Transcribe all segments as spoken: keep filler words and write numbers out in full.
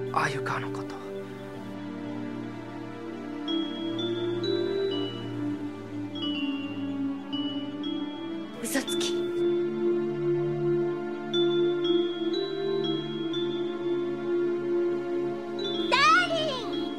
あゆかのこと。 嘘つき。ダーリン。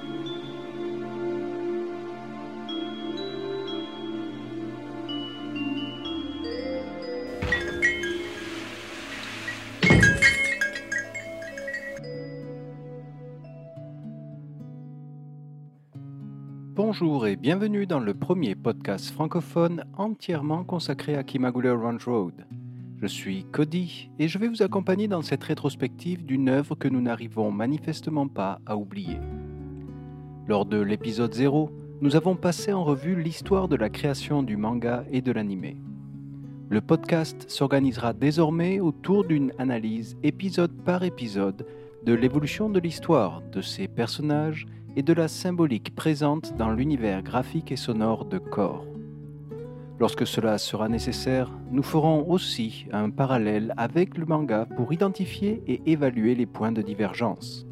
Bonjour et bienvenue dans le premier podcast francophone entièrement consacré à Kimagure Ranch Road. Je suis Cody et je vais vous accompagner dans cette rétrospective d'une œuvre que nous n'arrivons manifestement pas à oublier. Lors de l'épisode zéro, nous avons passé en revue l'histoire de la création du manga et de l'anime. Le podcast s'organisera désormais autour d'une analyse épisode par épisode de l'évolution de l'histoire, de ses personnages et de la symbolique présente dans l'univers graphique et sonore de Core. Lorsque cela sera nécessaire, nous ferons aussi un parallèle avec le manga pour identifier et évaluer les points de divergence.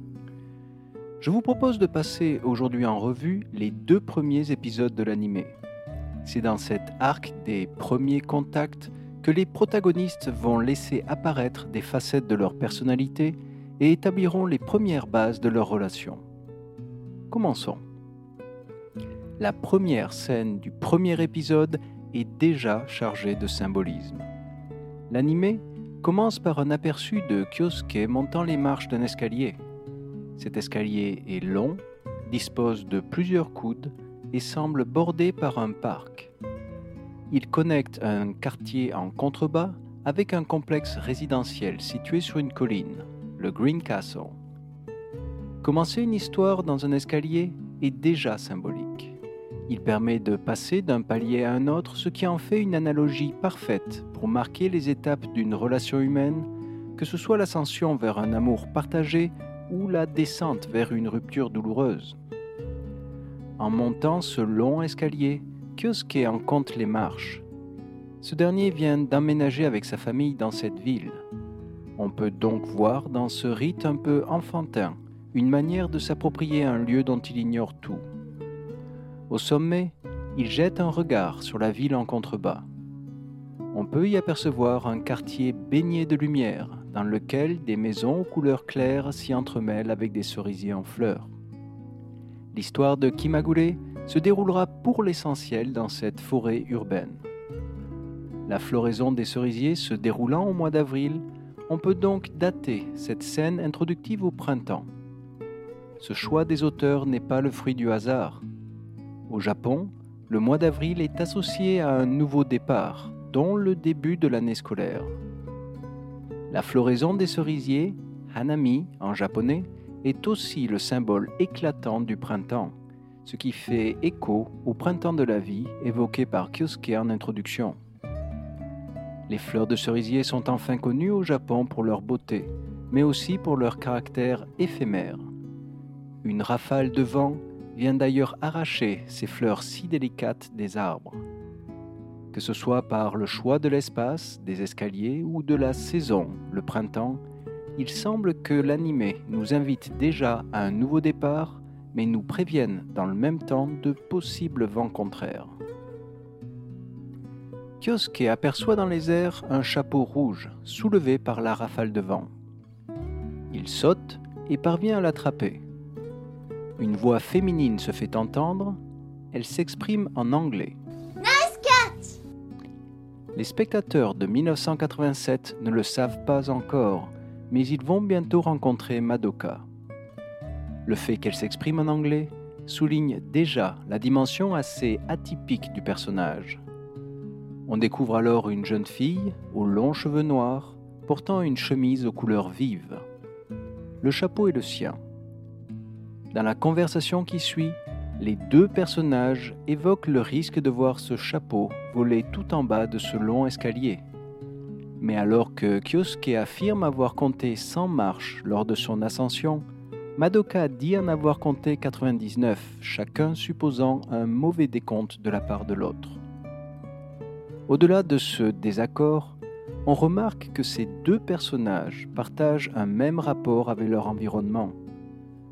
Je vous propose de passer aujourd'hui en revue les deux premiers épisodes de l'anime. C'est dans cet arc des premiers contacts que les protagonistes vont laisser apparaître des facettes de leur personnalité et établiront les premières bases de leur relation. Commençons. La première scène du premier épisode est déjà chargée de symbolisme. L'anime commence par un aperçu de Kyosuke montant les marches d'un escalier. Cet escalier est long, dispose de plusieurs coudes et semble bordé par un parc. Il connecte un quartier en contrebas avec un complexe résidentiel situé sur une colline, le Green Castle. Commencer une histoire dans un escalier est déjà symbolique. Il permet de passer d'un palier à un autre, ce qui en fait une analogie parfaite pour marquer les étapes d'une relation humaine, que ce soit l'ascension vers un amour partagé ou la descente vers une rupture douloureuse. En montant ce long escalier, Kyosuke en compte les marches. Ce dernier vient d'emménager avec sa famille dans cette ville. On peut donc voir dans ce rite un peu enfantin une manière de s'approprier un lieu dont il ignore tout. Au sommet, il jette un regard sur la ville en contrebas. On peut y apercevoir un quartier baigné de lumière, dans lequel des maisons aux couleurs claires s'y entremêlent avec des cerisiers en fleurs. L'histoire de Kimagure se déroulera pour l'essentiel dans cette forêt urbaine. La floraison des cerisiers se déroulant au mois d'avril, on peut donc dater cette scène introductive au printemps. Ce choix des auteurs n'est pas le fruit du hasard. Au Japon, le mois d'avril est associé à un nouveau départ, dont le début de l'année scolaire. La floraison des cerisiers, hanami en japonais, est aussi le symbole éclatant du printemps, ce qui fait écho au printemps de la vie évoqué par Kyosuke en introduction. Les fleurs de cerisier sont enfin connues au Japon pour leur beauté, mais aussi pour leur caractère éphémère. Une rafale de vent vient d'ailleurs arracher ces fleurs si délicates des arbres. Que ce soit par le choix de l'espace, des escaliers ou de la saison, le printemps, il semble que l'anime nous invite déjà à un nouveau départ, mais nous prévienne dans le même temps de possibles vents contraires. Kyosuke aperçoit dans les airs un chapeau rouge soulevé par la rafale de vent. Il saute et parvient à l'attraper. Une voix féminine se fait entendre, elle s'exprime en anglais. Nice catch! Les spectateurs de dix-neuf cent quatre-vingt-sept ne le savent pas encore, mais ils vont bientôt rencontrer Madoka. Le fait qu'elle s'exprime en anglais souligne déjà la dimension assez atypique du personnage. On découvre alors une jeune fille aux longs cheveux noirs, portant une chemise aux couleurs vives. Le chapeau est le sien. Dans la conversation qui suit, les deux personnages évoquent le risque de voir ce chapeau voler tout en bas de ce long escalier. Mais alors que Kyosuke affirme avoir compté cent marches lors de son ascension, Madoka dit en avoir compté quatre-vingt-dix-neuf, chacun supposant un mauvais décompte de la part de l'autre. Au-delà de ce désaccord, on remarque que ces deux personnages partagent un même rapport avec leur environnement,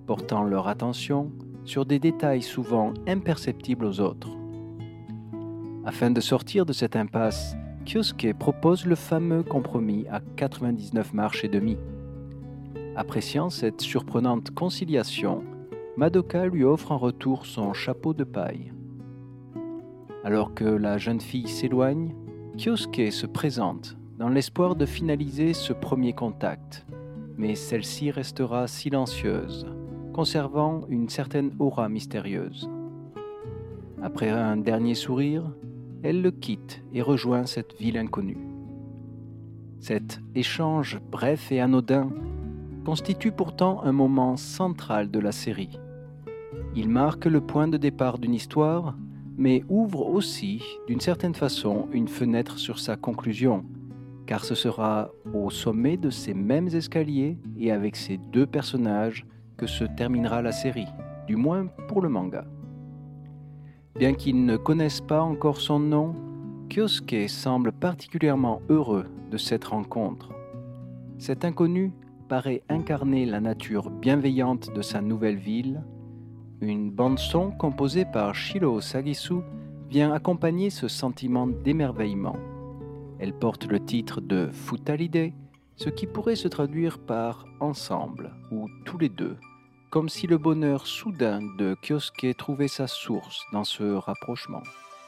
portant leur attention sur des détails souvent imperceptibles aux autres. Afin de sortir de cette impasse, Kyosuke propose le fameux compromis à quatre-vingt-dix-neuf marches et demie. Appréciant cette surprenante conciliation, Madoka lui offre en retour son chapeau de paille. Alors que la jeune fille s'éloigne, Kyosuke se présente dans l'espoir de finaliser ce premier contact, mais celle-ci restera silencieuse, conservant une certaine aura mystérieuse. Après un dernier sourire, elle le quitte et rejoint cette ville inconnue. Cet échange bref et anodin constitue pourtant un moment central de la série. Il marque le point de départ d'une histoire, mais ouvre aussi, d'une certaine façon, une fenêtre sur sa conclusion, car ce sera au sommet de ces mêmes escaliers et avec ces deux personnages que se terminera la série, du moins pour le manga. Bien qu'ils ne connaissent pas encore son nom, Kyosuke semble particulièrement heureux de cette rencontre. Cet inconnu paraît incarner la nature bienveillante de sa nouvelle ville. Une bande-son composée par Shiro Sagisu vient accompagner ce sentiment d'émerveillement. Elle porte le titre de Futaride, ce qui pourrait se traduire par ensemble ou tous les deux, comme si le bonheur soudain de Kyosuke trouvait sa source dans ce rapprochement.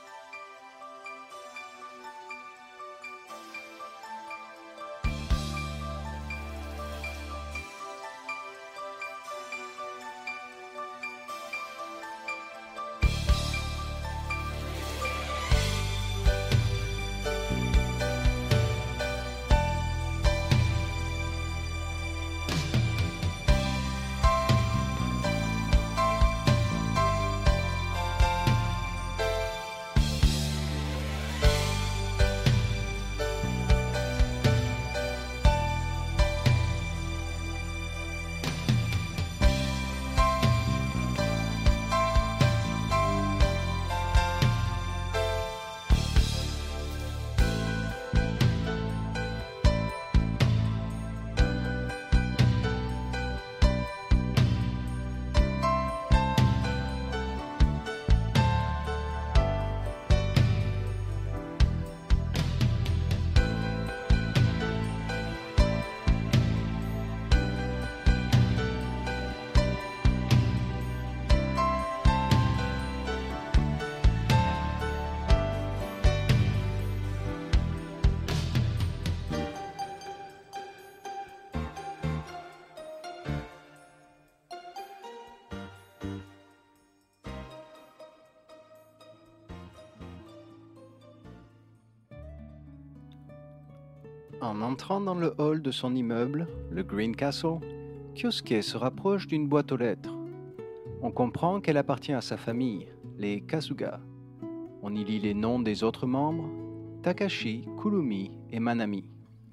En entrant dans le hall de son immeuble, le Green Castle, Kyosuke se rapproche d'une boîte aux lettres. On comprend qu'elle appartient à sa famille, les Kasuga. On y lit les noms des autres membres, Takashi, Kurumi et Manami.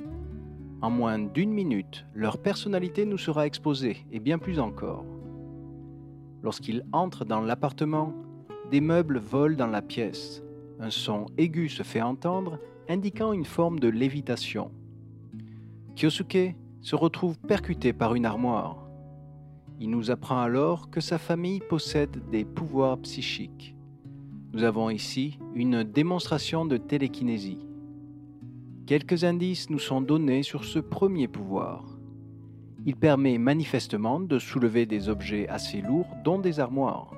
En moins d'une minute, leur personnalité nous sera exposée, et bien plus encore. Lorsqu'il entre dans l'appartement, des meubles volent dans la pièce. Un son aigu se fait entendre, indiquant une forme de lévitation. Kyosuke se retrouve percuté par une armoire. Il nous apprend alors que sa famille possède des pouvoirs psychiques. Nous avons ici une démonstration de télékinésie. Quelques indices nous sont donnés sur ce premier pouvoir. Il permet manifestement de soulever des objets assez lourds, dont des armoires.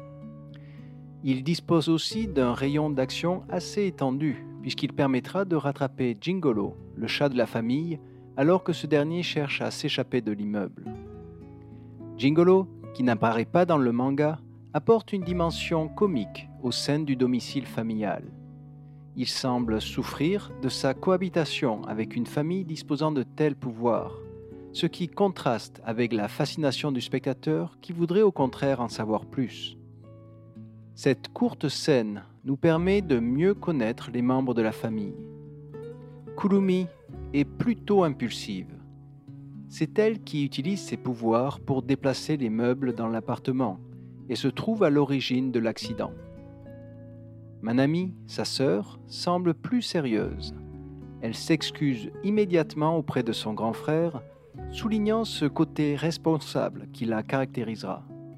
Il dispose aussi d'un rayon d'action assez étendu, puisqu'il permettra de rattraper Jingolo, le chat de la famille, alors que ce dernier cherche à s'échapper de l'immeuble. Jingolo, qui n'apparaît pas dans le manga, apporte une dimension comique au sein du domicile familial. Il semble souffrir de sa cohabitation avec une famille disposant de tels pouvoirs, ce qui contraste avec la fascination du spectateur qui voudrait au contraire en savoir plus. Cette courte scène nous permet de mieux connaître les membres de la famille. Kurumi est plutôt impulsive. C'est elle qui utilise ses pouvoirs pour déplacer les meubles dans l'appartement et se trouve à l'origine de l'accident. Manami, sa sœur, semble plus sérieuse. Elle s'excuse immédiatement auprès de son grand frère, soulignant ce côté responsable qui la caractérisera.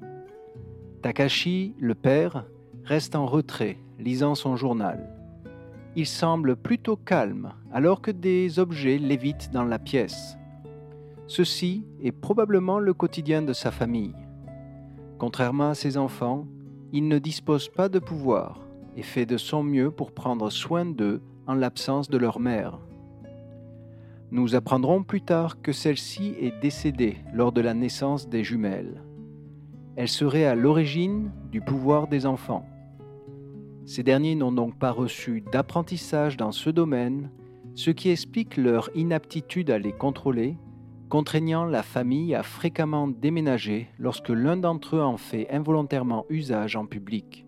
Takashi, le père, reste en retrait, lisant son journal. Il semble plutôt calme, alors que des objets lévitent dans la pièce. Ceci est probablement le quotidien de sa famille. Contrairement à ses enfants, il ne dispose pas de pouvoir et fait de son mieux pour prendre soin d'eux en l'absence de leur mère. Nous apprendrons plus tard que celle-ci est décédée lors de la naissance des jumelles. Elle serait à l'origine du pouvoir des enfants. Ces derniers n'ont donc pas reçu d'apprentissage dans ce domaine, ce qui explique leur inaptitude à les contrôler, contraignant la famille à fréquemment déménager lorsque l'un d'entre eux en fait involontairement usage en public.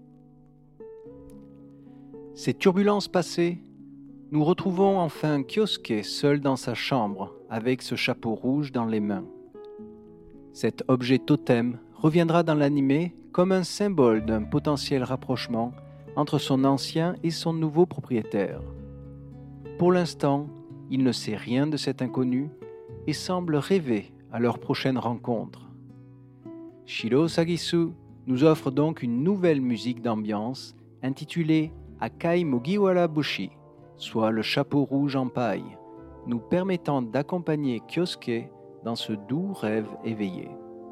Ces turbulences passées, nous retrouvons enfin Kyosuke seul dans sa chambre, avec ce chapeau rouge dans les mains. Cet objet totem reviendra dans l'anime comme un symbole d'un potentiel rapprochement entre son ancien et son nouveau propriétaire. Pour l'instant, il ne sait rien de cet inconnu et semble rêver à leur prochaine rencontre. Shiro Sagisu nous offre donc une nouvelle musique d'ambiance intitulée Akai Mugiwara Bushi, soit le chapeau rouge en paille, nous permettant d'accompagner Kyosuke dans ce doux rêve éveillé.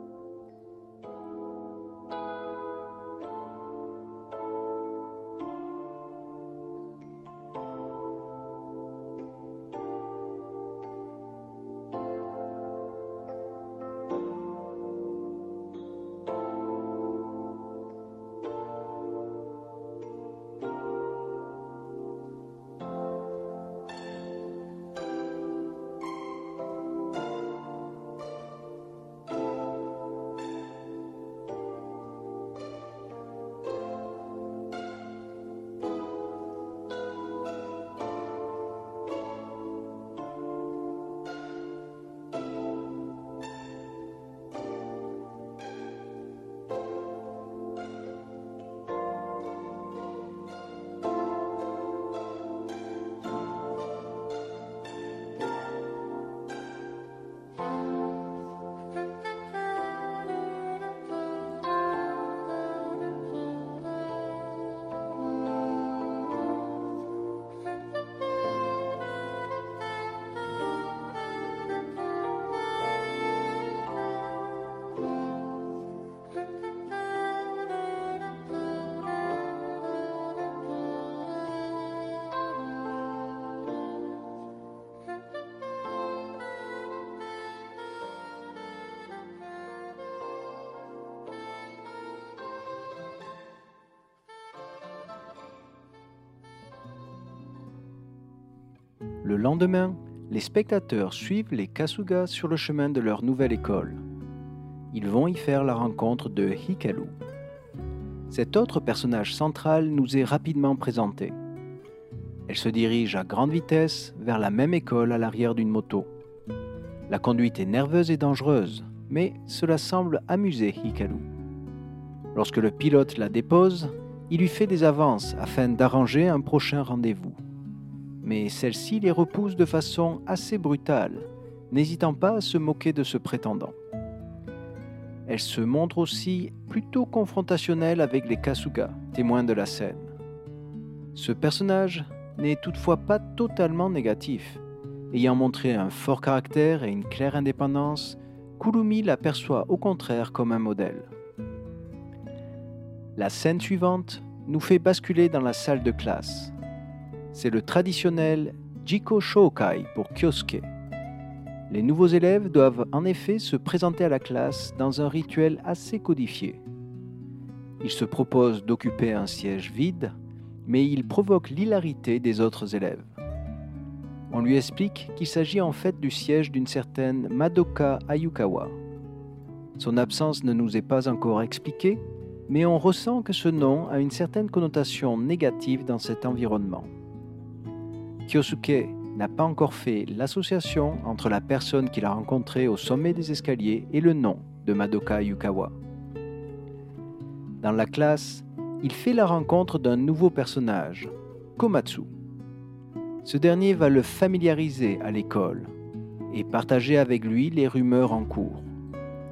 Le lendemain, les spectateurs suivent les Kasuga sur le chemin de leur nouvelle école. Ils vont y faire la rencontre de Hikaru. Cet autre personnage central nous est rapidement présenté. Elle se dirige à grande vitesse vers la même école à l'arrière d'une moto. La conduite est nerveuse et dangereuse, mais cela semble amuser Hikaru. Lorsque le pilote la dépose, il lui fait des avances afin d'arranger un prochain rendez-vous. Mais celle-ci les repousse de façon assez brutale, n'hésitant pas à se moquer de ce prétendant. Elle se montre aussi plutôt confrontationnelle avec les Kasuga, témoins de la scène. Ce personnage n'est toutefois pas totalement négatif. Ayant montré un fort caractère et une claire indépendance, Kurumi l'aperçoit au contraire comme un modèle. La scène suivante nous fait basculer dans la salle de classe. C'est le traditionnel Jiko Shoukai pour Kyosuke. Les nouveaux élèves doivent en effet se présenter à la classe dans un rituel assez codifié. Ils se proposent d'occuper un siège vide, mais il provoque l'hilarité des autres élèves. On lui explique qu'il s'agit en fait du siège d'une certaine Madoka Ayukawa. Son absence ne nous est pas encore expliquée, mais on ressent que ce nom a une certaine connotation négative dans cet environnement. Kyosuke n'a pas encore fait l'association entre la personne qu'il a rencontrée au sommet des escaliers et le nom de Madoka Ayukawa. Dans la classe, il fait la rencontre d'un nouveau personnage, Komatsu. Ce dernier va le familiariser à l'école et partager avec lui les rumeurs en cours.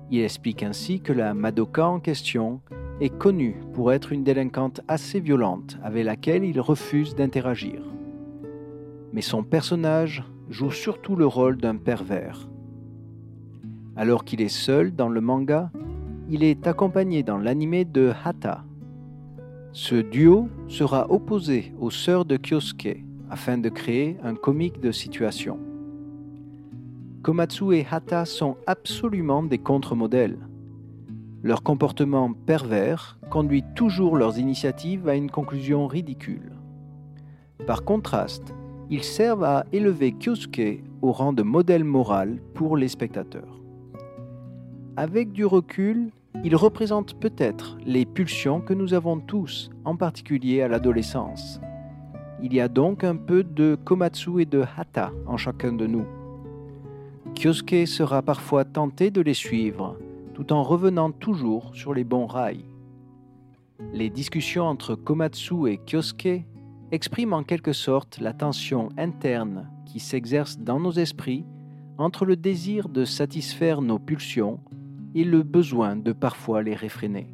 Il explique ainsi que la Madoka en question est connue pour être une délinquante assez violente avec laquelle il refuse d'interagir. Mais son personnage joue surtout le rôle d'un pervers. Alors qu'il est seul dans le manga, il est accompagné dans l'anime de Hata. Ce duo sera opposé aux sœurs de Kyosuke afin de créer un comique de situation. Komatsu et Hata sont absolument des contre-modèles. Leur comportement pervers conduit toujours leurs initiatives à une conclusion ridicule. Par contraste, ils servent à élever Kyosuke au rang de modèle moral pour les spectateurs. Avec du recul, ils représentent peut-être les pulsions que nous avons tous, en particulier à l'adolescence. Il y a donc un peu de Komatsu et de Hata en chacun de nous. Kyosuke sera parfois tenté de les suivre, tout en revenant toujours sur les bons rails. Les discussions entre Komatsu et Kyosuke expriment en quelque sorte la tension interne qui s'exerce dans nos esprits entre le désir de satisfaire nos pulsions et le besoin de parfois les réfréner.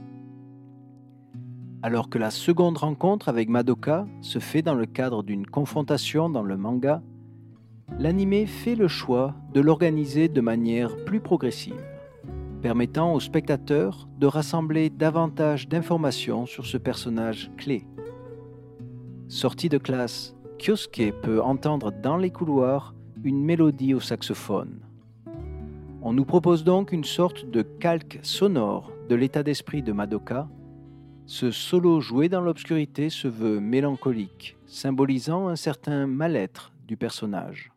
Alors que la seconde rencontre avec Madoka se fait dans le cadre d'une confrontation dans le manga, l'anime fait le choix de l'organiser de manière plus progressive, permettant aux spectateurs de rassembler davantage d'informations sur ce personnage clé. Sorti de classe, Kyosuke peut entendre dans les couloirs une mélodie au saxophone. On nous propose donc une sorte de calque sonore de l'état d'esprit de Madoka. Ce solo joué dans l'obscurité se veut mélancolique, symbolisant un certain mal-être du personnage.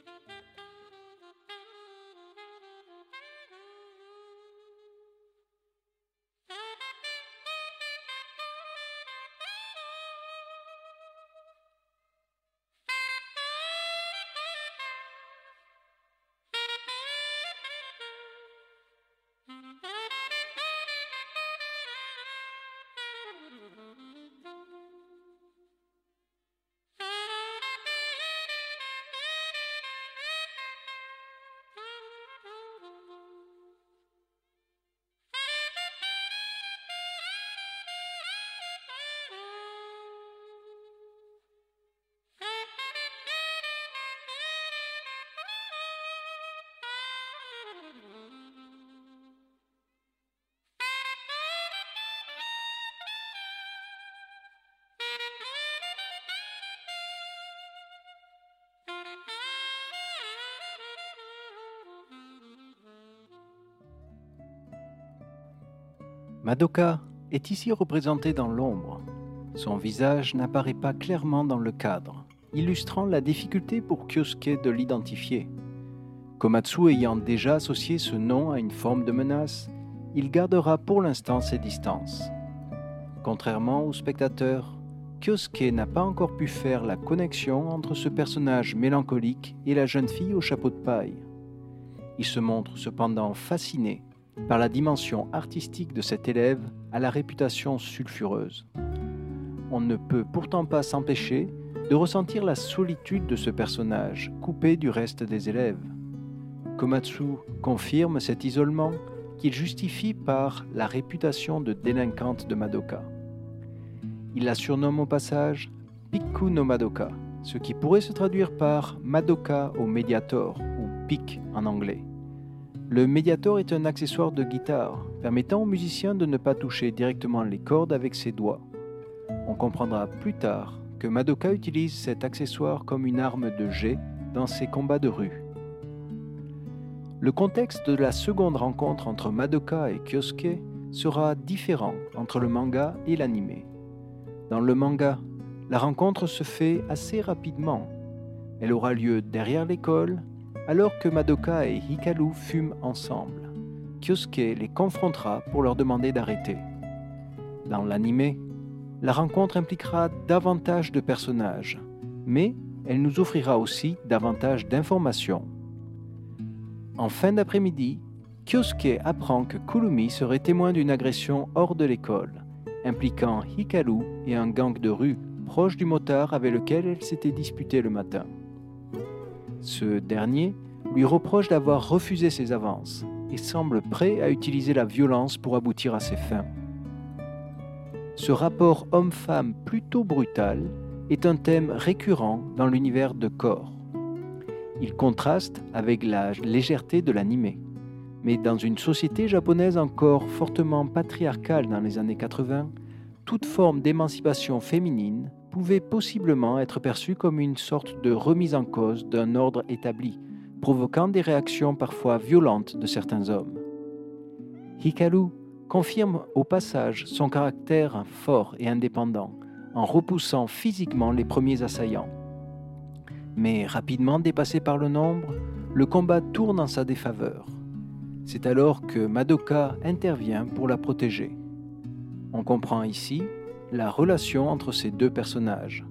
Madoka est ici représentée dans l'ombre. Son visage n'apparaît pas clairement dans le cadre, illustrant la difficulté pour Kyosuke de l'identifier. Komatsu ayant déjà associé ce nom à une forme de menace, il gardera pour l'instant ses distances. Contrairement au spectateur, Kyosuke n'a pas encore pu faire la connexion entre ce personnage mélancolique et la jeune fille au chapeau de paille. Il se montre cependant fasciné par la dimension artistique de cet élève à la réputation sulfureuse. On ne peut pourtant pas s'empêcher de ressentir la solitude de ce personnage, coupé du reste des élèves. Komatsu confirme cet isolement qu'il justifie par la réputation de délinquante de Madoka. Il la surnomme au passage Pikku no Madoka, ce qui pourrait se traduire par Madoka au Mediator ou pick en anglais. Le Mediator est un accessoire de guitare permettant aux musiciens de ne pas toucher directement les cordes avec ses doigts. On comprendra plus tard que Madoka utilise cet accessoire comme une arme de jet dans ses combats de rue. Le contexte de la seconde rencontre entre Madoka et Kyosuke sera différent entre le manga et l'anime. Dans le manga, la rencontre se fait assez rapidement. Elle aura lieu derrière l'école, alors que Madoka et Hikaru fument ensemble. Kyosuke les confrontera pour leur demander d'arrêter. Dans l'anime, la rencontre impliquera davantage de personnages, mais elle nous offrira aussi davantage d'informations. En fin d'après-midi, Kyosuke apprend que Kurumi serait témoin d'une agression hors de l'école, impliquant Hikaru et un gang de rue proche du motard avec lequel elle s'était disputée le matin. Ce dernier lui reproche d'avoir refusé ses avances, et semble prêt à utiliser la violence pour aboutir à ses fins. Ce rapport homme-femme plutôt brutal est un thème récurrent dans l'univers de Core. Il contraste avec la légèreté de l'anime. Mais dans une société japonaise encore fortement patriarcale dans les années quatre-vingts, toute forme d'émancipation féminine pouvait possiblement être perçue comme une sorte de remise en cause d'un ordre établi, provoquant des réactions parfois violentes de certains hommes. Hikaru confirme au passage son caractère fort et indépendant, en repoussant physiquement les premiers assaillants. Mais rapidement dépassé par le nombre, le combat tourne en sa défaveur. C'est alors que Madoka intervient pour la protéger. On comprend ici la relation entre ces deux personnages.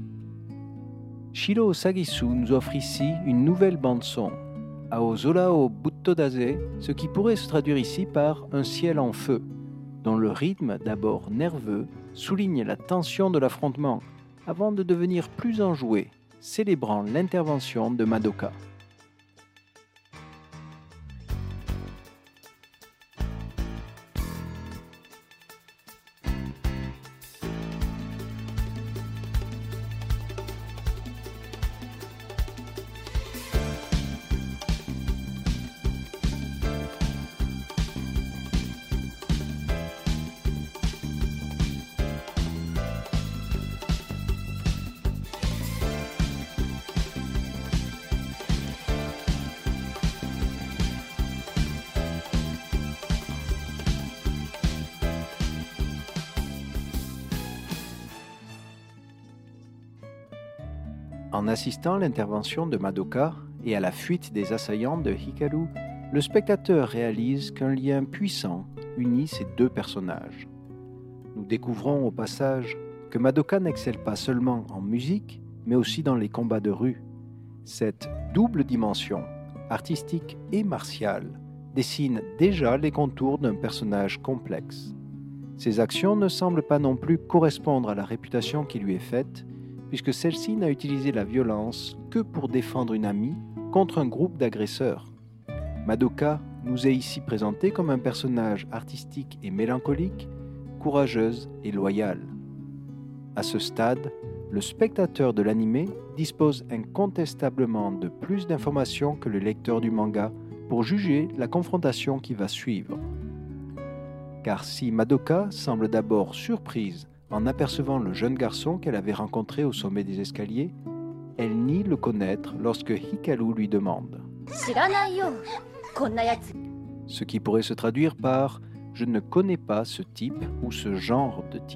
Shiro Sagisu nous offre ici une nouvelle bande-son, Aozora o Buttodase, ce qui pourrait se traduire ici par un ciel en feu, dont le rythme, d'abord nerveux, souligne la tension de l'affrontement, avant de devenir plus enjoué, célébrant l'intervention de Madoka. En assistant à l'intervention de Madoka et à la fuite des assaillants de Hikaru, le spectateur réalise qu'un lien puissant unit ces deux personnages. Nous découvrons au passage que Madoka n'excelle pas seulement en musique, mais aussi dans les combats de rue. Cette double dimension, artistique et martiale, dessine déjà les contours d'un personnage complexe. Ses actions ne semblent pas non plus correspondre à la réputation qui lui est faite, puisque celle-ci n'a utilisé la violence que pour défendre une amie contre un groupe d'agresseurs. Madoka nous est ici présentée comme un personnage artistique et mélancolique, courageuse et loyale. À ce stade, le spectateur de l'anime dispose incontestablement de plus d'informations que le lecteur du manga pour juger la confrontation qui va suivre. Car si Madoka semble d'abord surprise en apercevant le jeune garçon qu'elle avait rencontré au sommet des escaliers, elle nie le connaître lorsque Hikaru lui demande. Ce qui pourrait se traduire par « je ne connais pas ce type ou ce genre de type ».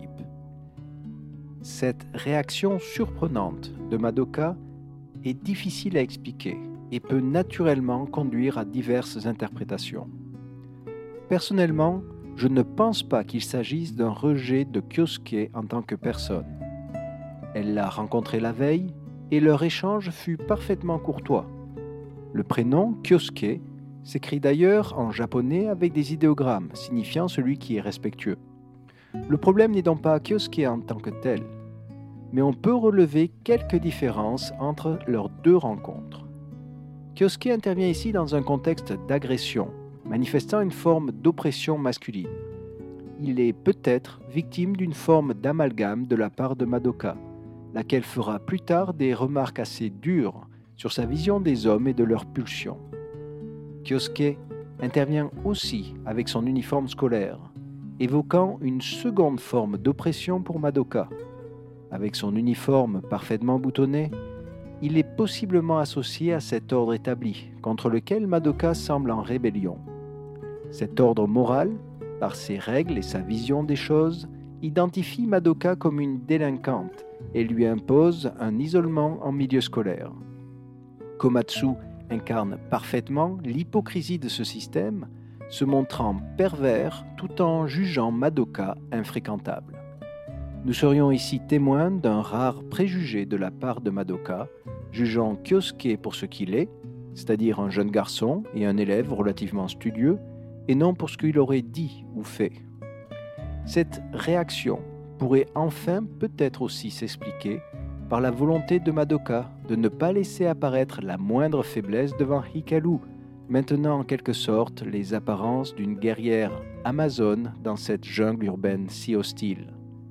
Cette réaction surprenante de Madoka est difficile à expliquer et peut naturellement conduire à diverses interprétations. Personnellement, je ne pense pas qu'il s'agisse d'un rejet de Kyosuke en tant que personne. Elle l'a rencontré la veille et leur échange fut parfaitement courtois. Le prénom Kyosuke s'écrit d'ailleurs en japonais avec des idéogrammes signifiant celui qui est respectueux. Le problème n'est donc pas Kyosuke en tant que tel, mais on peut relever quelques différences entre leurs deux rencontres. Kyosuke intervient ici dans un contexte d'agression, manifestant une forme d'oppression masculine. Il est peut-être victime d'une forme d'amalgame de la part de Madoka, laquelle fera plus tard des remarques assez dures sur sa vision des hommes et de leurs pulsions. Kyosuke intervient aussi avec son uniforme scolaire, évoquant une seconde forme d'oppression pour Madoka. Avec son uniforme parfaitement boutonné, il est possiblement associé à cet ordre établi, contre lequel Madoka semble en rébellion. Cet ordre moral, par ses règles et sa vision des choses, identifie Madoka comme une délinquante et lui impose un isolement en milieu scolaire. Komatsu incarne parfaitement l'hypocrisie de ce système, se montrant pervers tout en jugeant Madoka infréquentable. Nous serions ici témoins d'un rare préjugé de la part de Madoka, jugeant Kyosuke pour ce qu'il est, c'est-à-dire un jeune garçon et un élève relativement studieux, et non pour ce qu'il aurait dit ou fait. Cette réaction pourrait enfin peut-être aussi s'expliquer par la volonté de Madoka de ne pas laisser apparaître la moindre faiblesse devant Hikaru, maintenant en quelque sorte les apparences d'une guerrière amazone dans cette jungle urbaine si hostile.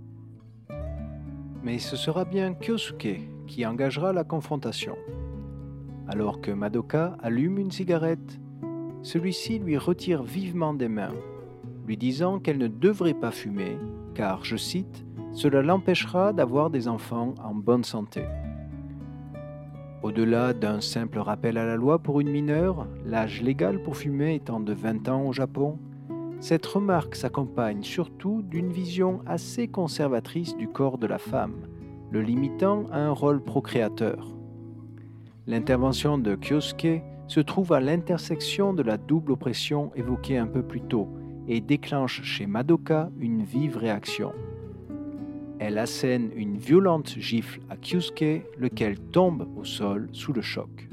Mais ce sera bien Kyosuke qui engagera la confrontation. Alors que Madoka allume une cigarette, celui-ci lui retire vivement des mains, lui disant qu'elle ne devrait pas fumer, car, je cite, « cela l'empêchera d'avoir des enfants en bonne santé ». Au-delà d'un simple rappel à la loi pour une mineure, l'âge légal pour fumer étant de vingt ans au Japon, cette remarque s'accompagne surtout d'une vision assez conservatrice du corps de la femme, le limitant à un rôle procréateur. L'intervention de Kyosuke se trouve à l'intersection de la double oppression évoquée un peu plus tôt et déclenche chez Madoka une vive réaction. Elle assène une violente gifle à Kyosuke, lequel tombe au sol sous le choc.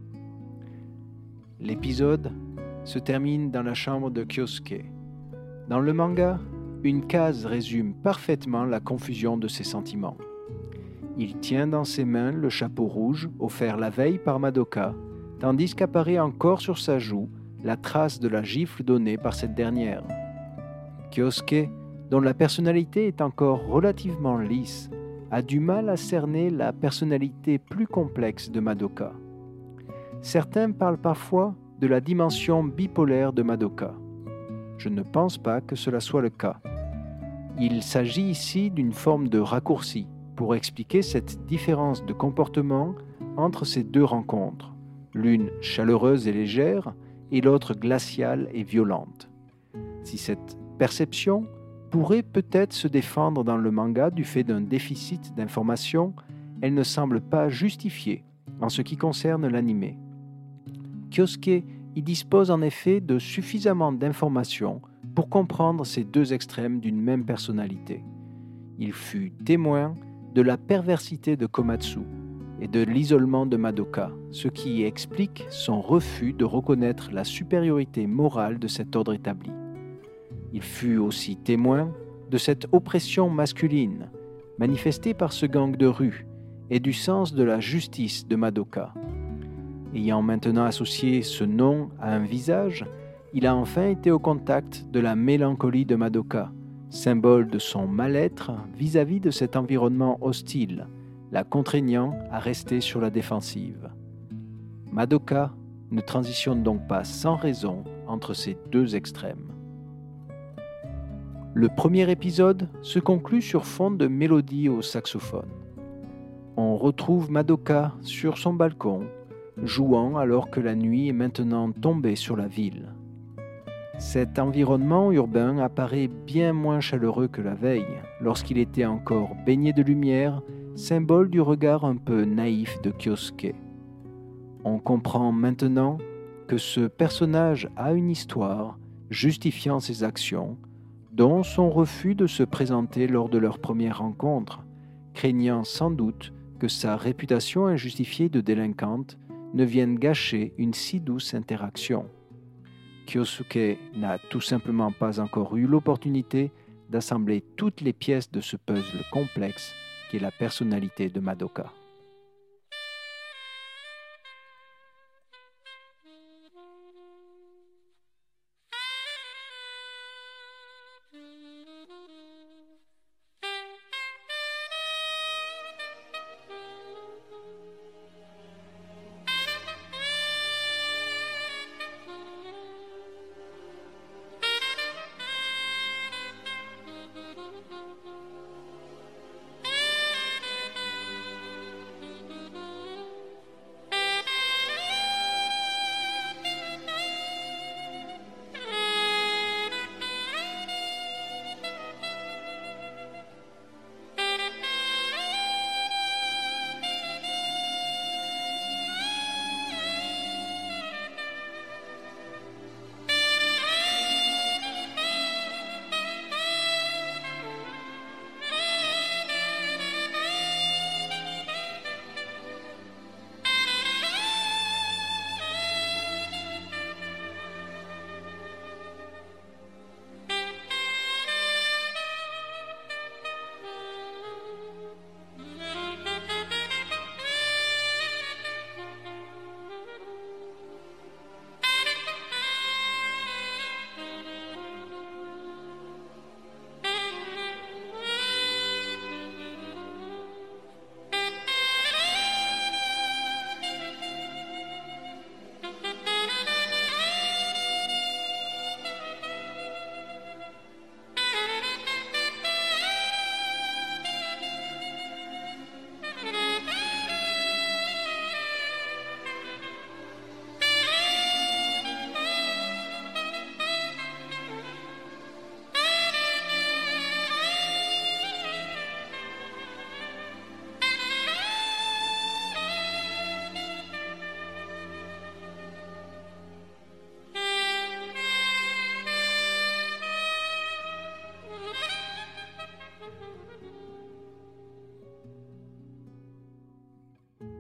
L'épisode se termine dans la chambre de Kyosuke. Dans le manga, une case résume parfaitement la confusion de ses sentiments. Il tient dans ses mains le chapeau rouge offert la veille par Madoka, tandis qu'apparaît encore sur sa joue la trace de la gifle donnée par cette dernière. Kyosuke, dont la personnalité est encore relativement lisse, a du mal à cerner la personnalité plus complexe de Madoka. Certains parlent parfois de la dimension bipolaire de Madoka. Je ne pense pas que cela soit le cas. Il s'agit ici d'une forme de raccourci pour expliquer cette différence de comportement entre ces deux rencontres, l'une chaleureuse et légère et l'autre glaciale et violente. Si cette perception pourrait peut-être se défendre dans le manga du fait d'un déficit d'information, elle ne semble pas justifiée en ce qui concerne l'anime. Kyosuke y dispose en effet de suffisamment d'informations pour comprendre ces deux extrêmes d'une même personnalité. Il fut témoin de la perversité de Komatsu et de l'isolement de Madoka, ce qui explique son refus de reconnaître la supériorité morale de cet ordre établi. Il fut aussi témoin de cette oppression masculine, manifestée par ce gang de rue, et du sens de la justice de Madoka. Ayant maintenant associé ce nom à un visage, il a enfin été au contact de la mélancolie de Madoka, symbole de son mal-être vis-à-vis de cet environnement hostile, la contraignant à rester sur la défensive. Madoka ne transitionne donc pas sans raison entre ces deux extrêmes. Le premier épisode se conclut sur fond de mélodie au saxophone. On retrouve Madoka sur son balcon, jouant alors que la nuit est maintenant tombée sur la ville. Cet environnement urbain apparaît bien moins chaleureux que la veille, lorsqu'il était encore baigné de lumière, symbole du regard un peu naïf de Kyosuke. On comprend maintenant que ce personnage a une histoire justifiant ses actions, dont son refus de se présenter lors de leur première rencontre, craignant sans doute que sa réputation injustifiée de délinquante ne vienne gâcher une si douce interaction. Kyosuke n'a tout simplement pas encore eu l'opportunité d'assembler toutes les pièces de ce puzzle complexe qu'est la personnalité de Madoka.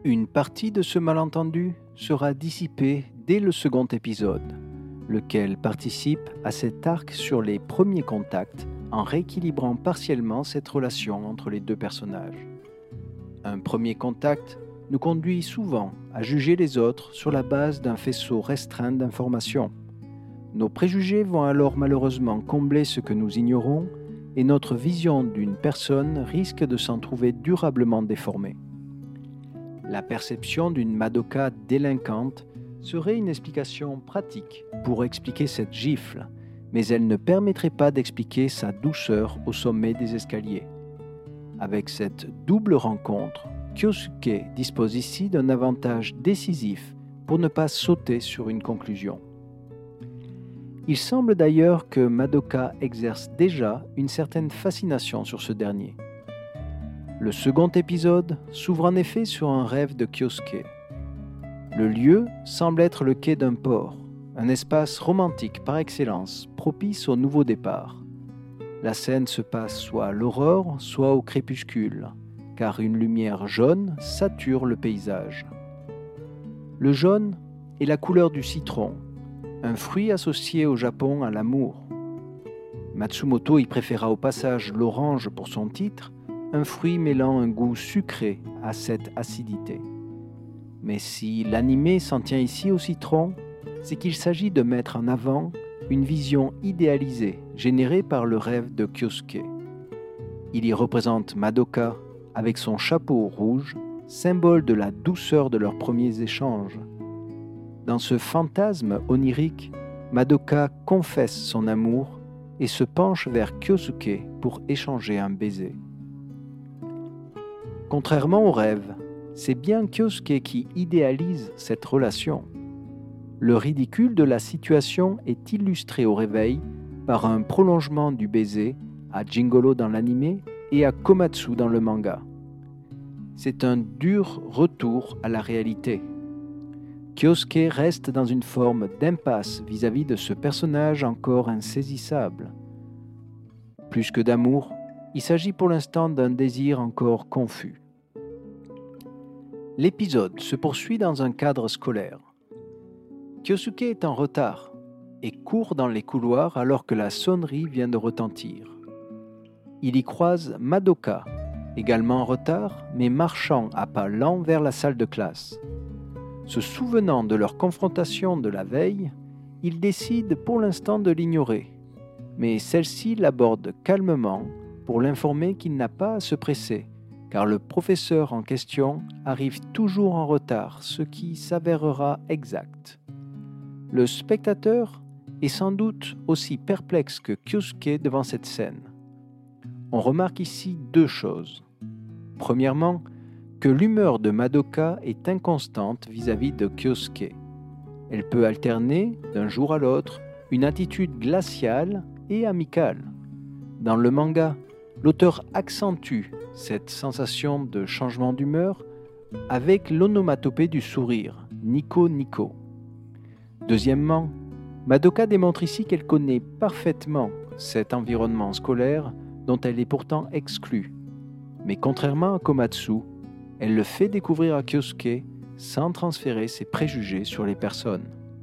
Une partie de ce malentendu sera dissipée dès le second épisode, lequel participe à cet arc sur les premiers contacts en rééquilibrant partiellement cette relation entre les deux personnages. Un premier contact nous conduit souvent à juger les autres sur la base d'un faisceau restreint d'informations. Nos préjugés vont alors malheureusement combler ce que nous ignorons et notre vision d'une personne risque de s'en trouver durablement déformée. La perception d'une Madoka délinquante serait une explication pratique pour expliquer cette gifle, mais elle ne permettrait pas d'expliquer sa douceur au sommet des escaliers. Avec cette double rencontre, Kyosuke dispose ici d'un avantage décisif pour ne pas sauter sur une conclusion. Il semble d'ailleurs que Madoka exerce déjà une certaine fascination sur ce dernier. Le second épisode s'ouvre en effet sur un rêve de Kyosuke. Le lieu semble être le quai d'un port, un espace romantique par excellence, propice au nouveau départ. La scène se passe soit à l'aurore, soit au crépuscule, car une lumière jaune sature le paysage. Le jaune est la couleur du citron, un fruit associé au Japon à l'amour. Matsumoto y préféra au passage l'orange pour son titre, un fruit mêlant un goût sucré à cette acidité. Mais si l'anime s'en tient ici au citron, c'est qu'il s'agit de mettre en avant une vision idéalisée générée par le rêve de Kyosuke. Il y représente Madoka avec son chapeau rouge, symbole de la douceur de leurs premiers échanges. Dans ce fantasme onirique, Madoka confesse son amour et se penche vers Kyosuke pour échanger un baiser. Contrairement au rêve, c'est bien Kyosuke qui idéalise cette relation. Le ridicule de la situation est illustré au réveil par un prolongement du baiser à Jingolo dans l'anime et à Komatsu dans le manga. C'est un dur retour à la réalité. Kyosuke reste dans une forme d'impasse vis-à-vis de ce personnage encore insaisissable. Plus que d'amour, il s'agit pour l'instant d'un désir encore confus. L'épisode se poursuit dans un cadre scolaire. Kyosuke est en retard et court dans les couloirs alors que la sonnerie vient de retentir. Il y croise Madoka, également en retard, mais marchant à pas lents vers la salle de classe. Se souvenant de leur confrontation de la veille, il décide pour l'instant de l'ignorer, mais celle-ci l'aborde calmement pour l'informer qu'il n'a pas à se presser, car le professeur en question arrive toujours en retard, ce qui s'avérera exact. Le spectateur est sans doute aussi perplexe que Kyosuke devant cette scène. On remarque ici deux choses. Premièrement, que l'humeur de Madoka est inconstante vis-à-vis de Kyosuke. Elle peut alterner, d'un jour à l'autre, une attitude glaciale et amicale. Dans le manga, l'auteur accentue cette sensation de changement d'humeur avec l'onomatopée du sourire, Nico Nico. Deuxièmement, Madoka démontre ici qu'elle connaît parfaitement cet environnement scolaire dont elle est pourtant exclue. Mais contrairement à Komatsu, elle le fait découvrir à Kyosuke sans transférer ses préjugés sur les personnes.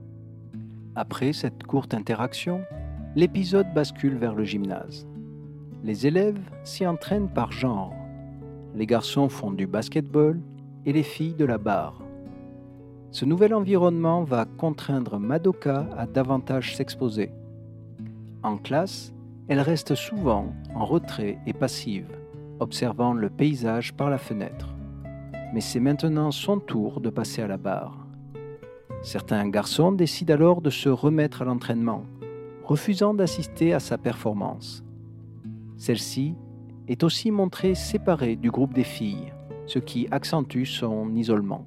Après cette courte interaction, l'épisode bascule vers le gymnase. Les élèves s'y entraînent par genre. Les garçons font du basketball et les filles de la barre. Ce nouvel environnement va contraindre Madoka à davantage s'exposer. En classe, elle reste souvent en retrait et passive, observant le paysage par la fenêtre. Mais c'est maintenant son tour de passer à la barre. Certains garçons décident alors de se remettre à l'entraînement, refusant d'assister à sa performance. Celle-ci est aussi montrée séparée du groupe des filles, ce qui accentue son isolement.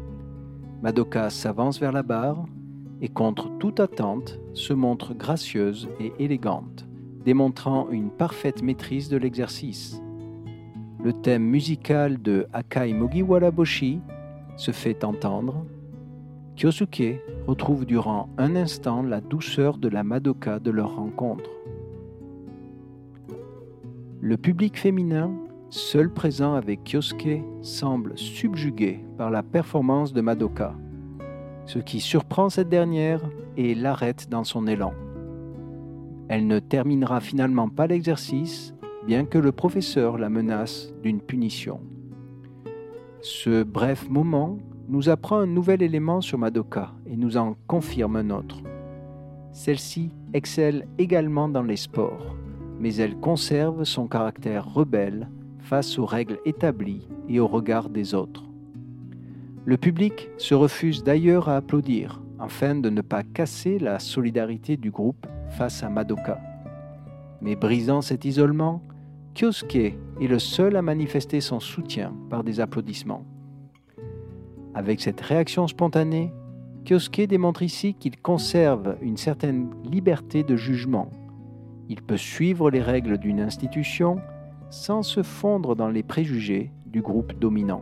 Madoka s'avance vers la barre et contre toute attente se montre gracieuse et élégante, démontrant une parfaite maîtrise de l'exercice. Le thème musical de Akai Mugiwara Boshi se fait entendre. Kyosuke retrouve durant un instant la douceur de la Madoka de leur rencontre. Le public féminin seul présent avec Kyosuke, semble subjugué par la performance de Madoka, ce qui surprend cette dernière et l'arrête dans son élan. Elle ne terminera finalement pas l'exercice, bien que le professeur la menace d'une punition. Ce bref moment nous apprend un nouvel élément sur Madoka et nous en confirme un autre. Celle-ci excelle également dans les sports, mais elle conserve son caractère rebelle face aux règles établies et au regard des autres. Le public se refuse d'ailleurs à applaudir, afin de ne pas casser la solidarité du groupe face à Madoka. Mais brisant cet isolement, Kyosuke est le seul à manifester son soutien par des applaudissements. Avec cette réaction spontanée, Kyosuke démontre ici qu'il conserve une certaine liberté de jugement. Il peut suivre les règles d'une institution sans se fondre dans les préjugés du groupe dominant.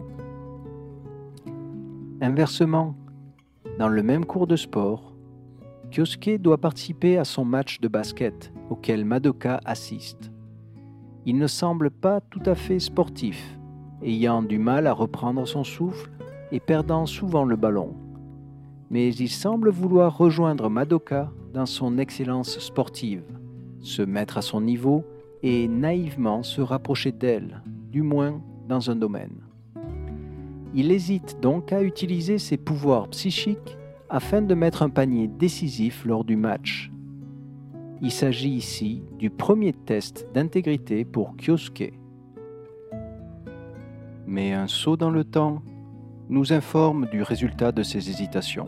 Inversement, dans le même cours de sport, Kyosuke doit participer à son match de basket auquel Madoka assiste. Il ne semble pas tout à fait sportif, ayant du mal à reprendre son souffle et perdant souvent le ballon. Mais il semble vouloir rejoindre Madoka dans son excellence sportive, se mettre à son niveau et naïvement se rapprocher d'elle, du moins dans un domaine. Il hésite donc à utiliser ses pouvoirs psychiques afin de mettre un panier décisif lors du match. Il s'agit ici du premier test d'intégrité pour Kyosuke. Mais un saut dans le temps nous informe du résultat de ses hésitations.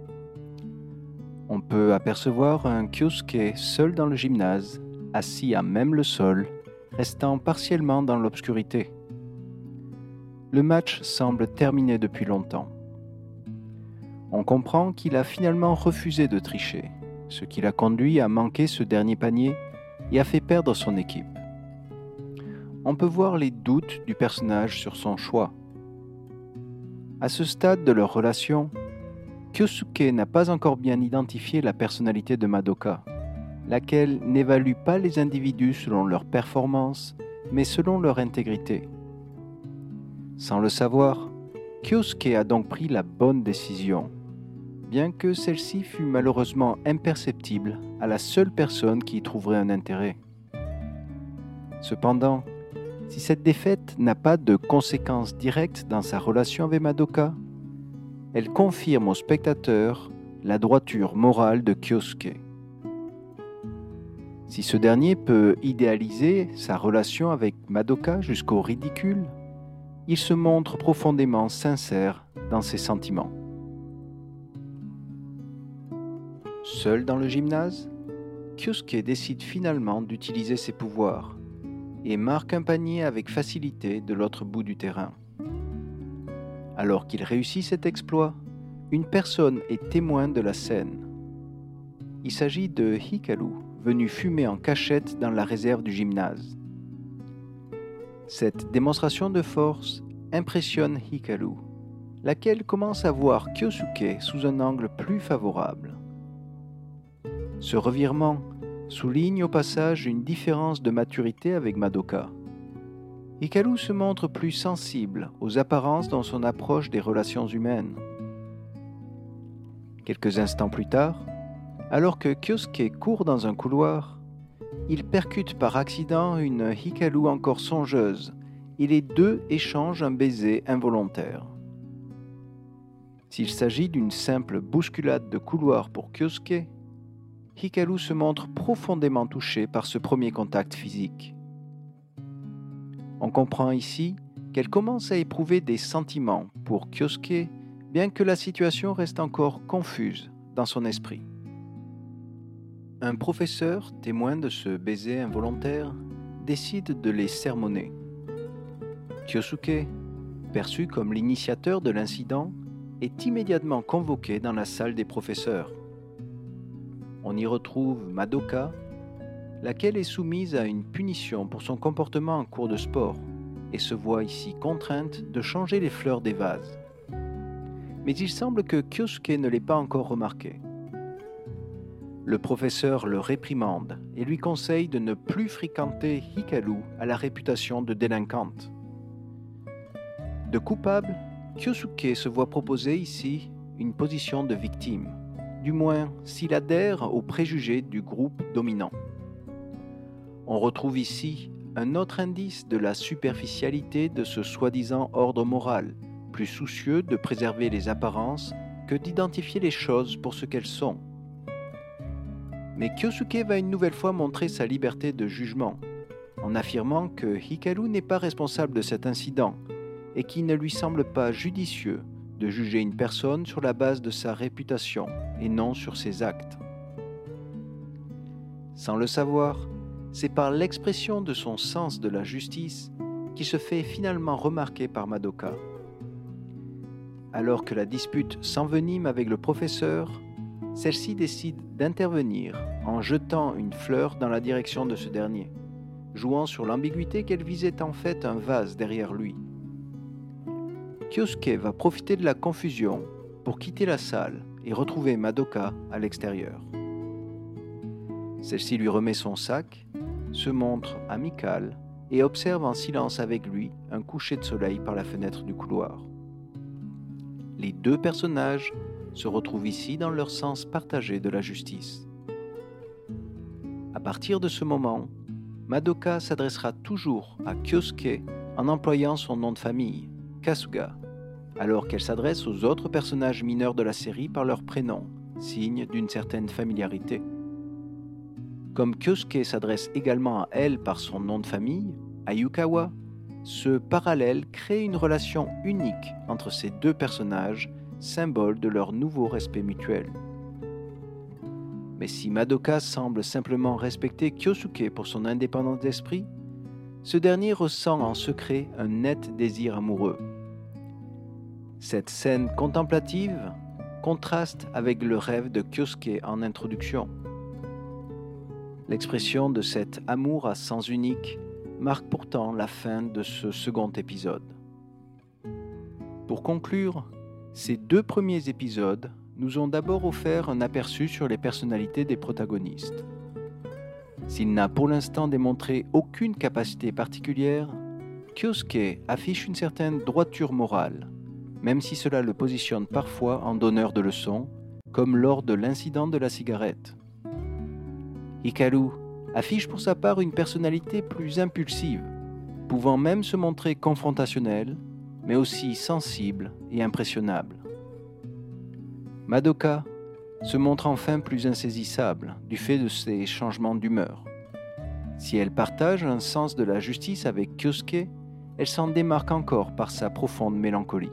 On peut apercevoir un Kyosuke seul dans le gymnase, assis à même le sol, restant partiellement dans l'obscurité. Le match semble terminé depuis longtemps. On comprend qu'il a finalement refusé de tricher, ce qui l'a conduit à manquer ce dernier panier et a fait perdre son équipe. On peut voir les doutes du personnage sur son choix. À ce stade de leur relation, Kyosuke n'a pas encore bien identifié la personnalité de Madoka, laquelle n'évalue pas les individus selon leur performance, mais selon leur intégrité. Sans le savoir, Kyosuke a donc pris la bonne décision, bien que celle-ci fût malheureusement imperceptible à la seule personne qui y trouverait un intérêt. Cependant, si cette défaite n'a pas de conséquences directes dans sa relation avec Madoka, elle confirme au spectateur la droiture morale de Kyosuke. Si ce dernier peut idéaliser sa relation avec Madoka jusqu'au ridicule, il se montre profondément sincère dans ses sentiments. Seul dans le gymnase, Kyosuke décide finalement d'utiliser ses pouvoirs et marque un panier avec facilité de l'autre bout du terrain. Alors qu'il réussit cet exploit, une personne est témoin de la scène. Il s'agit de Hikaru, venu fumer en cachette dans la réserve du gymnase. Cette démonstration de force impressionne Hikaru, laquelle commence à voir Kyosuke sous un angle plus favorable. Ce revirement souligne au passage une différence de maturité avec Madoka. Hikaru se montre plus sensible aux apparences dans son approche des relations humaines. Quelques instants plus tard, alors que Kyosuke court dans un couloir, il percute par accident une Hikaru encore songeuse et les deux échangent un baiser involontaire. S'il s'agit d'une simple bousculade de couloir pour Kyosuke, Hikaru se montre profondément touché par ce premier contact physique. On comprend ici qu'elle commence à éprouver des sentiments pour Kyosuke, bien que la situation reste encore confuse dans son esprit. Un professeur, témoin de ce baiser involontaire, décide de les sermonner. Kyosuke, perçu comme l'initiateur de l'incident, est immédiatement convoqué dans la salle des professeurs. On y retrouve Madoka, laquelle est soumise à une punition pour son comportement en cours de sport et se voit ici contrainte de changer les fleurs des vases. Mais il semble que Kyosuke ne l'ait pas encore remarqué. Le professeur le réprimande et lui conseille de ne plus fréquenter Hikaru à la réputation de délinquante. De coupable, Kyosuke se voit proposer ici une position de victime, du moins s'il adhère aux préjugés du groupe dominant. On retrouve ici un autre indice de la superficialité de ce soi-disant ordre moral, plus soucieux de préserver les apparences que d'identifier les choses pour ce qu'elles sont. Mais Kyosuke va une nouvelle fois montrer sa liberté de jugement, en affirmant que Hikaru n'est pas responsable de cet incident et qu'il ne lui semble pas judicieux de juger une personne sur la base de sa réputation et non sur ses actes. Sans le savoir, c'est par l'expression de son sens de la justice qu'il se fait finalement remarquer par Madoka. Alors que la dispute s'envenime avec le professeur, celle-ci décide d'intervenir en jetant une fleur dans la direction de ce dernier, jouant sur l'ambiguïté qu'elle visait en fait un vase derrière lui. Kyosuke va profiter de la confusion pour quitter la salle et retrouver Madoka à l'extérieur. Celle-ci lui remet son sac, se montre amicale et observe en silence avec lui un coucher de soleil par la fenêtre du couloir. Les deux personnages se retrouvent ici dans leur sens partagé de la justice. À partir de ce moment, Madoka s'adressera toujours à Kyosuke en employant son nom de famille, Kasuga, alors qu'elle s'adresse aux autres personnages mineurs de la série par leur prénom, signe d'une certaine familiarité. Comme Kyosuke s'adresse également à elle par son nom de famille, Ayukawa, ce parallèle crée une relation unique entre ces deux personnages, symbole de leur nouveau respect mutuel. Mais si Madoka semble simplement respecter Kyosuke pour son indépendance d'esprit, ce dernier ressent en secret un net désir amoureux. Cette scène contemplative contraste avec le rêve de Kyosuke en introduction. L'expression de cet amour à sens unique marque pourtant la fin de ce second épisode. Pour conclure, ces deux premiers épisodes nous ont d'abord offert un aperçu sur les personnalités des protagonistes. S'il n'a pour l'instant démontré aucune capacité particulière, Kyosuke affiche une certaine droiture morale, même si cela le positionne parfois en donneur de leçons, comme lors de l'incident de la cigarette. Hikaru affiche pour sa part une personnalité plus impulsive, pouvant même se montrer confrontationnelle, mais aussi sensible et impressionnable. Madoka se montre enfin plus insaisissable du fait de ses changements d'humeur. Si elle partage un sens de la justice avec Kyosuke, elle s'en démarque encore par sa profonde mélancolie.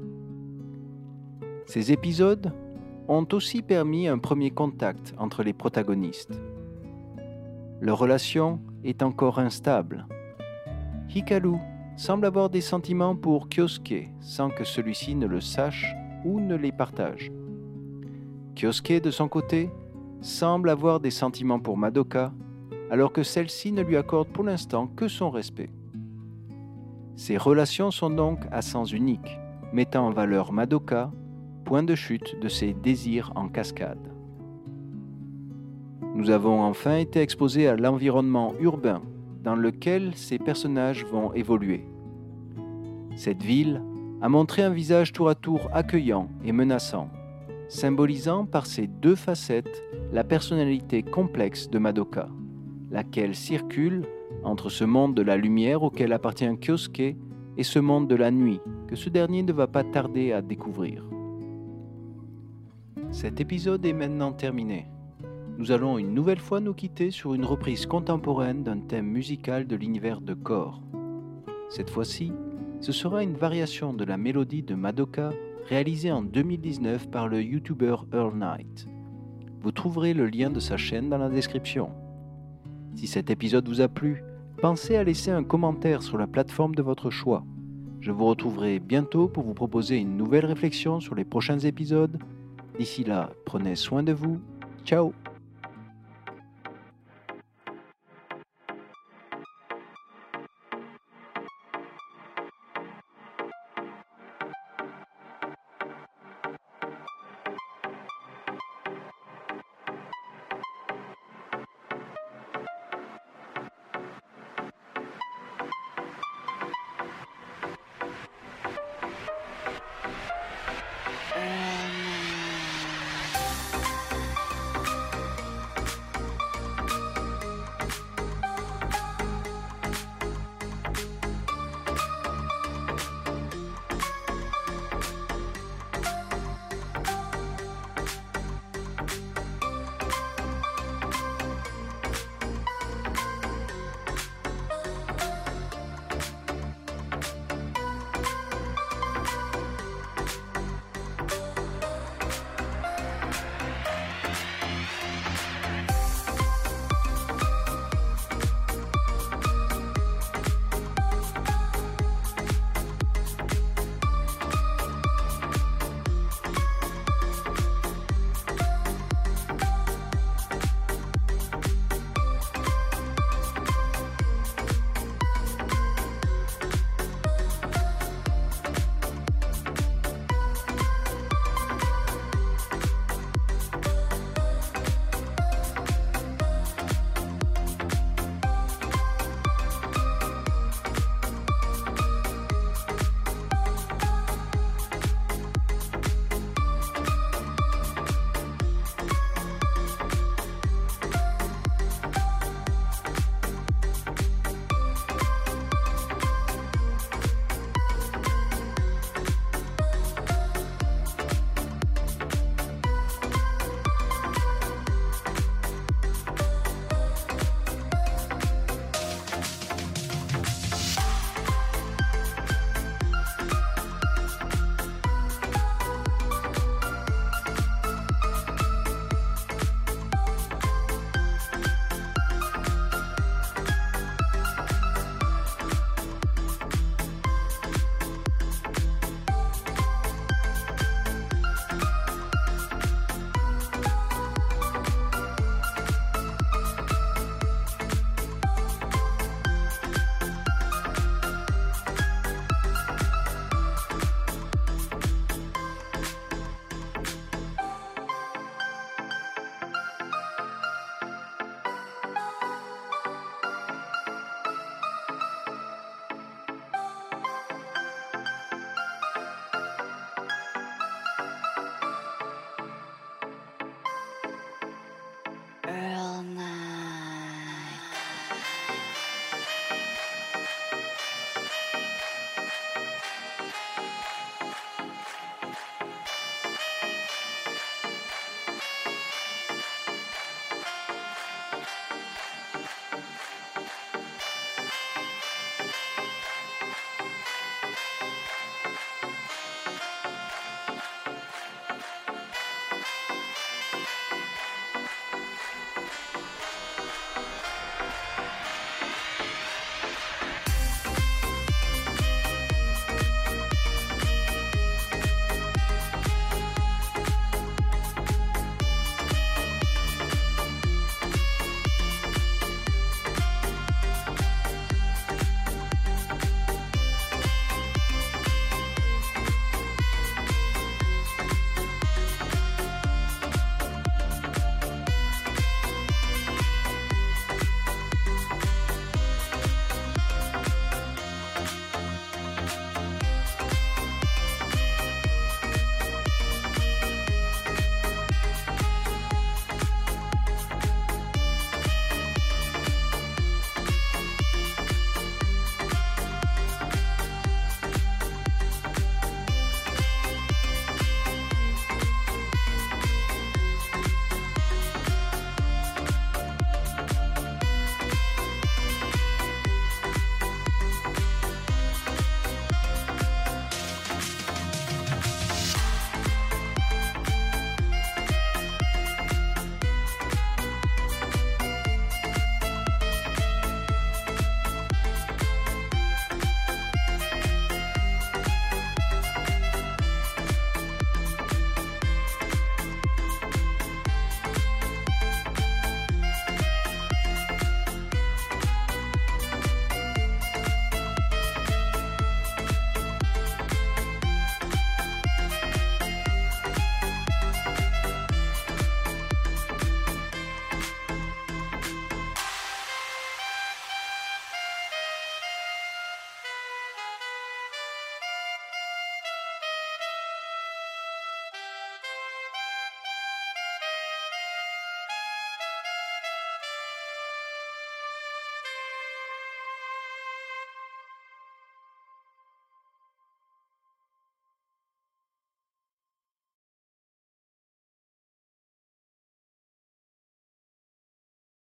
Ces épisodes ont aussi permis un premier contact entre les protagonistes. Leur relation est encore instable. Hikaru semble avoir des sentiments pour Kyosuke sans que celui-ci ne le sache ou ne les partage. Kyosuke, de son côté, semble avoir des sentiments pour Madoka, alors que celle-ci ne lui accorde pour l'instant que son respect. Ces relations sont donc à sens unique, mettant en valeur Madoka, point de chute de ses désirs en cascade. Nous avons enfin été exposés à l'environnement urbain dans lequel ces personnages vont évoluer. Cette ville a montré un visage tour à tour accueillant et menaçant, symbolisant par ses deux facettes la personnalité complexe de Madoka, laquelle circule entre ce monde de la lumière auquel appartient Kyosuke et ce monde de la nuit que ce dernier ne va pas tarder à découvrir. Cet épisode est maintenant terminé. Nous allons une nouvelle fois nous quitter sur une reprise contemporaine d'un thème musical de l'univers de Core. Cette fois-ci, ce sera une variation de la mélodie de Madoka réalisée en deux mille dix-neuf par le YouTuber Earl Knight. Vous trouverez le lien de sa chaîne dans la description. Si cet épisode vous a plu, pensez à laisser un commentaire sur la plateforme de votre choix. Je vous retrouverai bientôt pour vous proposer une nouvelle réflexion sur les prochains épisodes. D'ici là, prenez soin de vous. Ciao!